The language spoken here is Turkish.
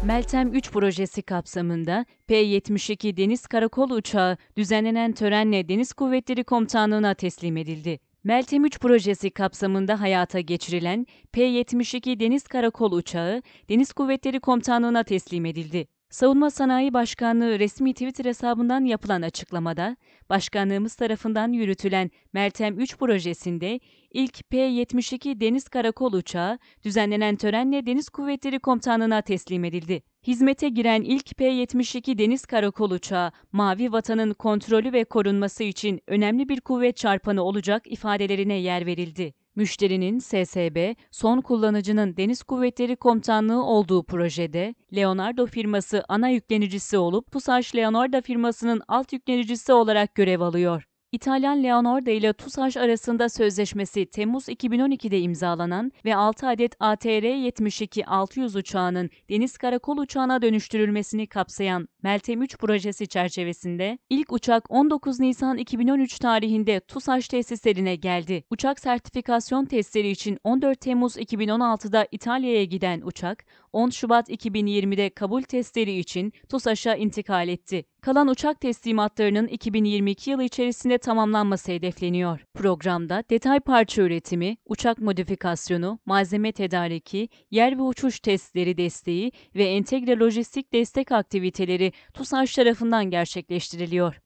Meltem 3 projesi kapsamında P-72 Deniz Karakol Uçağı düzenlenen törenle Deniz Kuvvetleri Komutanlığı'na teslim edildi. Meltem 3 projesi kapsamında hayata geçirilen P-72 Deniz Karakol Uçağı Deniz Kuvvetleri Komutanlığı'na teslim edildi. Savunma Sanayi Başkanlığı resmi Twitter hesabından yapılan açıklamada, Başkanlığımız tarafından yürütülen Meltem 3 projesinde ilk P-72 Deniz Karakol Uçağı düzenlenen törenle Deniz Kuvvetleri Komutanlığı'na teslim edildi. Hizmete giren ilk P-72 Deniz Karakol Uçağı, Mavi Vatan'ın kontrolü ve korunması için önemli bir kuvvet çarpanı olacak ifadelerine yer verildi. Müşterinin SSB, son kullanıcının Deniz Kuvvetleri Komutanlığı olduğu projede, Leonardo firması ana yüklenicisi olup TUSAŞ Leonardo firmasının alt yüklenicisi olarak görev alıyor. İtalyan Leonardo ile TUSAŞ arasında sözleşmesi Temmuz 2012'de imzalanan ve 6 adet ATR-72-600 uçağının deniz karakol uçağına dönüştürülmesini kapsayan Meltem 3 projesi çerçevesinde ilk uçak 19 Nisan 2013 tarihinde TUSAŞ tesislerine geldi. Uçak sertifikasyon testleri için 14 Temmuz 2016'da İtalya'ya giden uçak, 10 Şubat 2020'de kabul testleri için TUSAŞ'a intikal etti. Kalan uçak teslimatlarının 2022 yılı içerisinde tamamlanması hedefleniyor. Programda detay parça üretimi, uçak modifikasyonu, malzeme tedariki, yer ve uçuş testleri desteği ve entegre lojistik destek aktiviteleri TUSAŞ tarafından gerçekleştiriliyor.